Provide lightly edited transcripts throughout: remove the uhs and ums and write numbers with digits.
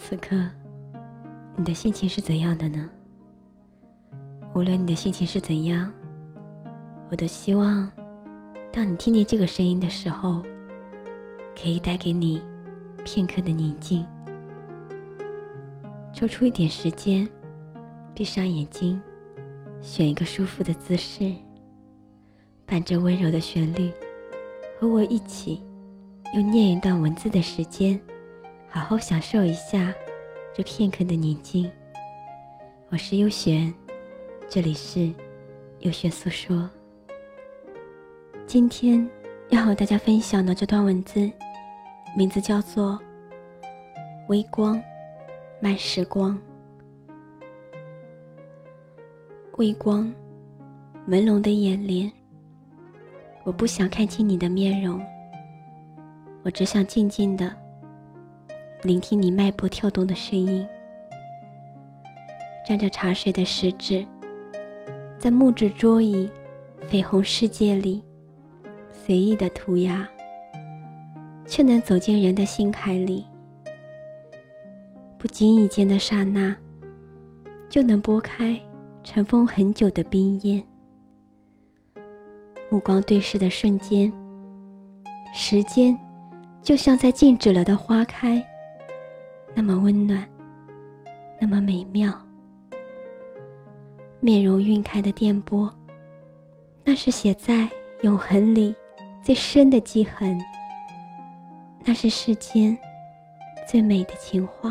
此刻你的心情是怎样的呢？无论你的心情是怎样，我都希望当你听见这个声音的时候，可以带给你片刻的宁静。抽出一点时间，闭上眼睛，选一个舒服的姿势，伴着温柔的旋律，和我一起用念一段文字的时间，好好享受一下这片刻的宁静。我是优璇，这里是优璇诉说。今天要和大家分享的这段文字，名字叫做微光慢时光。微光，朦胧的眼帘，我不想看清你的面容，我只想静静地聆听你脉搏跳动的声音。沾着茶水的食指，在木质桌椅绯红世界里随意的涂鸦，却能走进人的心海里。不经意间的刹那，就能拨开尘封很久的冰烟。目光对视的瞬间，时间就像在静止了的花开，那么温暖，那么美妙。面容晕开的电波，那是写在永恒里最深的记痕，那是世间最美的情话。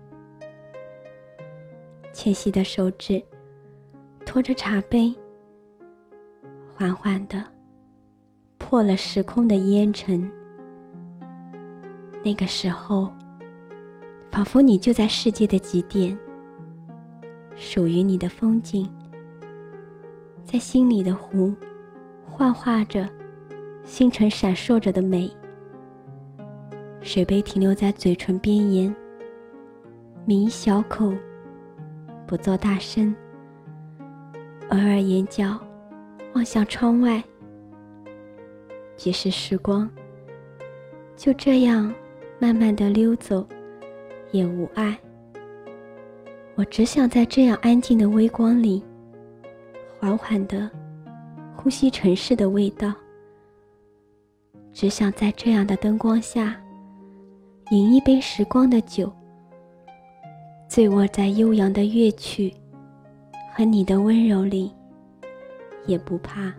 纤细的手指托着茶杯，缓缓地破了时空的烟尘。那个时候，仿佛你就在世界的极点，属于你的风景，在心里的湖幻化着星辰闪烁着的美。水杯停留在嘴唇边沿，抿一小口，不做大声，偶尔眼角望向窗外。即使时光就这样慢慢地溜走，也无碍。我只想在这样安静的微光里，缓缓地呼吸城市的味道，只想在这样的灯光下，饮一杯时光的酒，醉卧在悠扬的乐曲和你的温柔里，也不怕。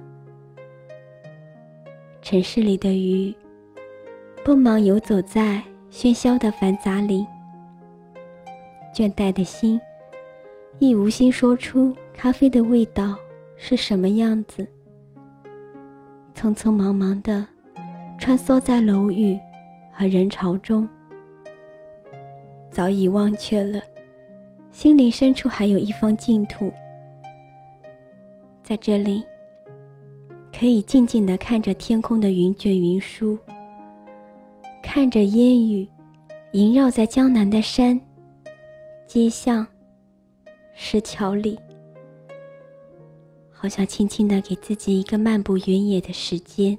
城市里的鱼奔忙游走在喧嚣的繁杂里，倦怠的心亦无心说出咖啡的味道是什么样子。匆匆忙忙地穿梭在楼宇和人潮中，早已忘却了心灵深处还有一方净土。在这里，可以静静地看着天空的云卷云舒，看着烟雨萦绕在江南的山、街巷、石桥里，好想轻轻地给自己一个漫步原野的时间。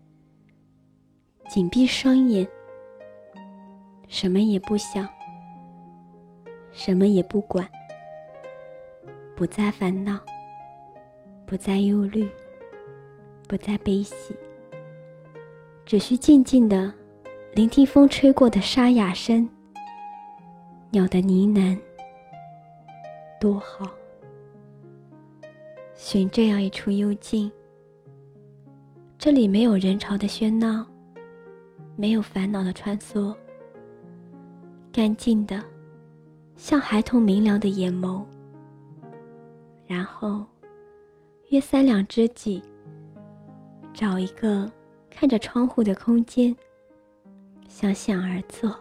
紧闭双眼，什么也不想，什么也不管，不再烦恼，不再忧虑，不再悲喜，只需静静地聆听风吹过的沙哑声，鸟的呢喃，多好。寻这样一处幽静，这里没有人潮的喧闹，没有烦恼的穿梭，干净的像孩童明亮的眼眸。然后约3两知己，找一个看着窗户的空间，相向而坐，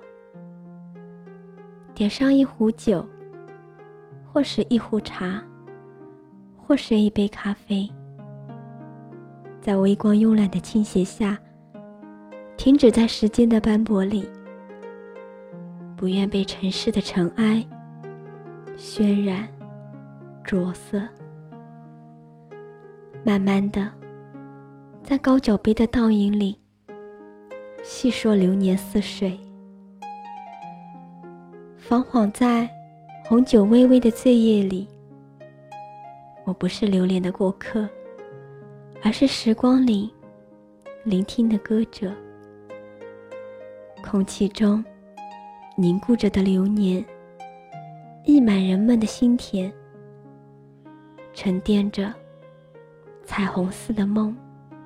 点上一壶酒，或是一壶茶，或是一杯咖啡，在微光慵懒的倾斜下，停止在时间的斑驳里，不愿被尘世的尘埃渲染着色。慢慢的，在高脚杯的倒影里，细说流年似水， 彷徨在红酒微微的醉液里。我不是流连的过客，而是时光里聆听的歌者。空气中凝固着的流年，溢满人们的心田，沉淀着彩虹似的梦。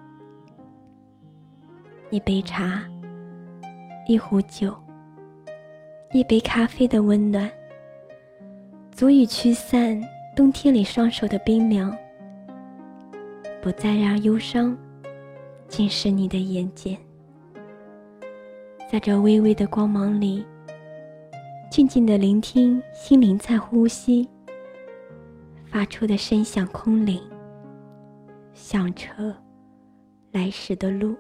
一杯茶，一壶酒，一杯咖啡的温暖，足以驱散冬天里双手的冰凉，不再让忧伤浸湿你的眼睑。在这微微的光芒里，静静地聆听心灵在呼吸发出的声响空灵，响彻来时的路。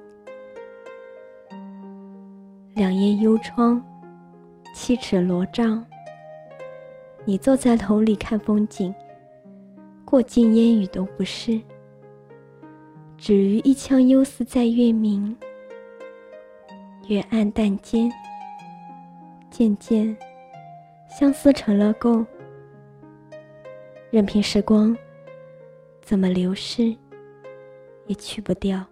两叶幽窗，7尺罗帐，你坐在楼里看风景，过尽烟雨都不是，止于一腔幽思在月明。月暗淡间，渐渐相思成了垢，任凭时光怎么流逝，也去不掉。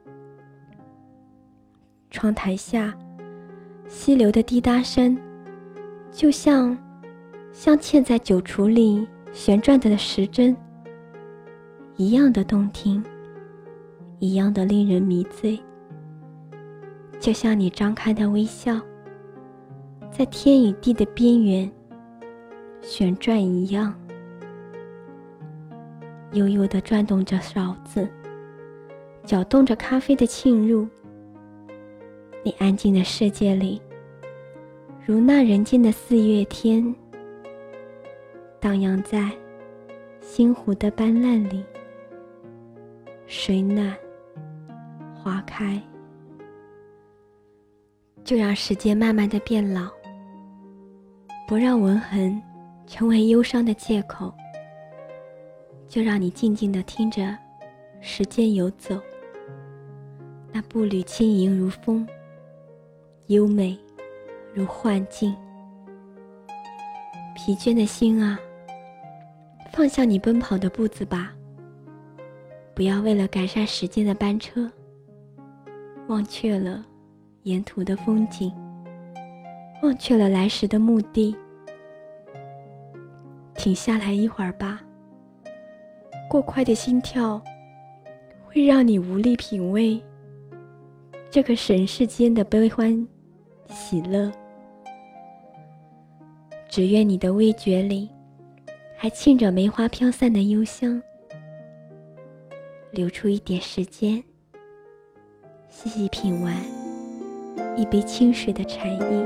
窗台下溪流的滴答声，就像嵌在酒橱里旋转的时针，一样的动听，一样的令人迷醉。就像你张开的微笑，在天与地的边缘旋转一样，悠悠地转动着勺子，搅动着咖啡的沁入。你安静的世界里，如那人间的4月天，荡漾在星湖的斑斓里，水暖花开。就让时间慢慢的变老，不让纹痕成为忧伤的借口，就让你静静地听着时间游走，那步履轻盈如风，优美如幻境。疲倦的心啊，放下你奔跑的步子吧，不要为了赶上时间的班车，忘却了沿途的风景，忘却了来时的目的。停下来一会儿吧，过快的心跳会让你无力品味这个人世间的悲欢喜乐。只愿你的味觉里还沁着梅花飘散的幽香，留出一点时间，细细品完一杯清水的禅意。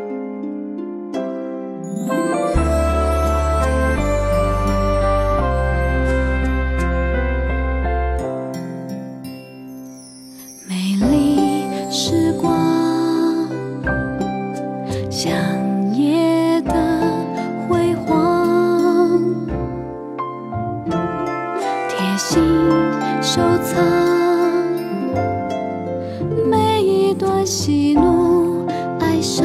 美丽时光，像夜的辉煌，贴心收藏每一段喜怒哀伤，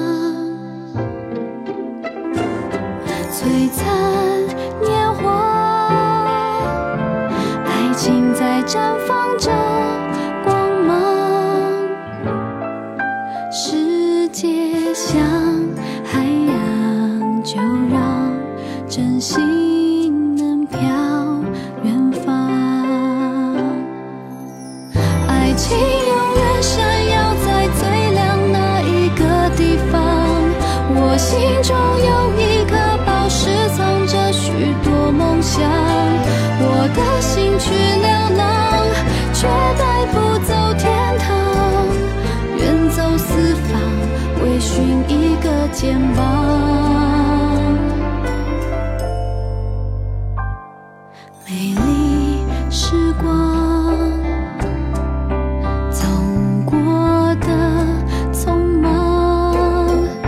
璀璨年华，爱情在绽放着光芒，世界像海洋，就让真心能飘远方。爱情永远闪耀在最亮那一个地方，我心中有一颗宝石，藏着许多梦想。我的心去流浪，却带不走天堂，远走四方，为寻一个肩膀。美丽时光，走过的匆忙，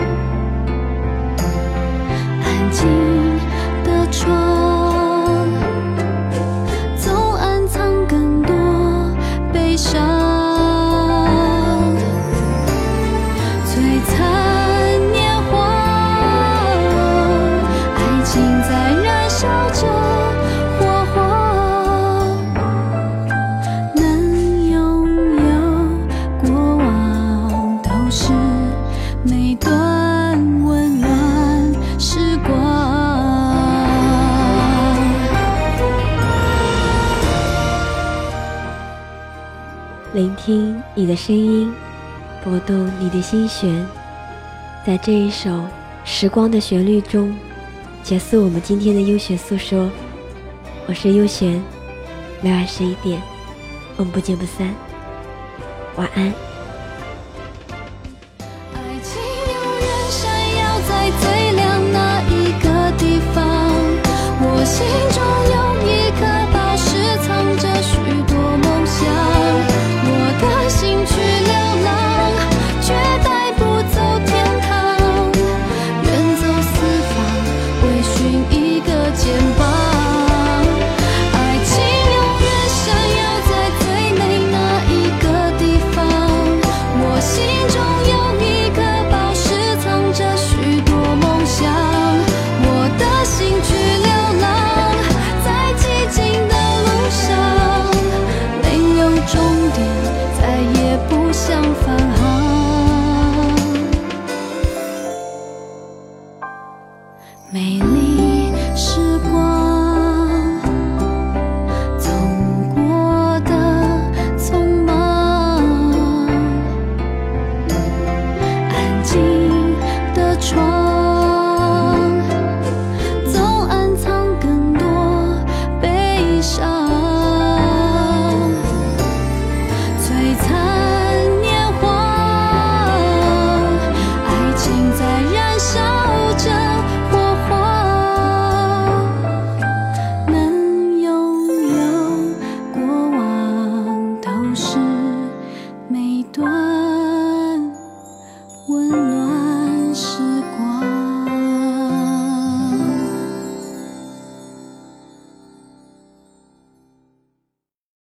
安静的窗，总暗藏更多悲伤。璀璨年华， 聆听你的声音，拨动你的心弦，在这一首时光的旋律中结束我们今天的优选诉说。我是优璇，每晚11点我们不见不散，晚安。 爱情永远闪耀在最亮那一个地方，我心中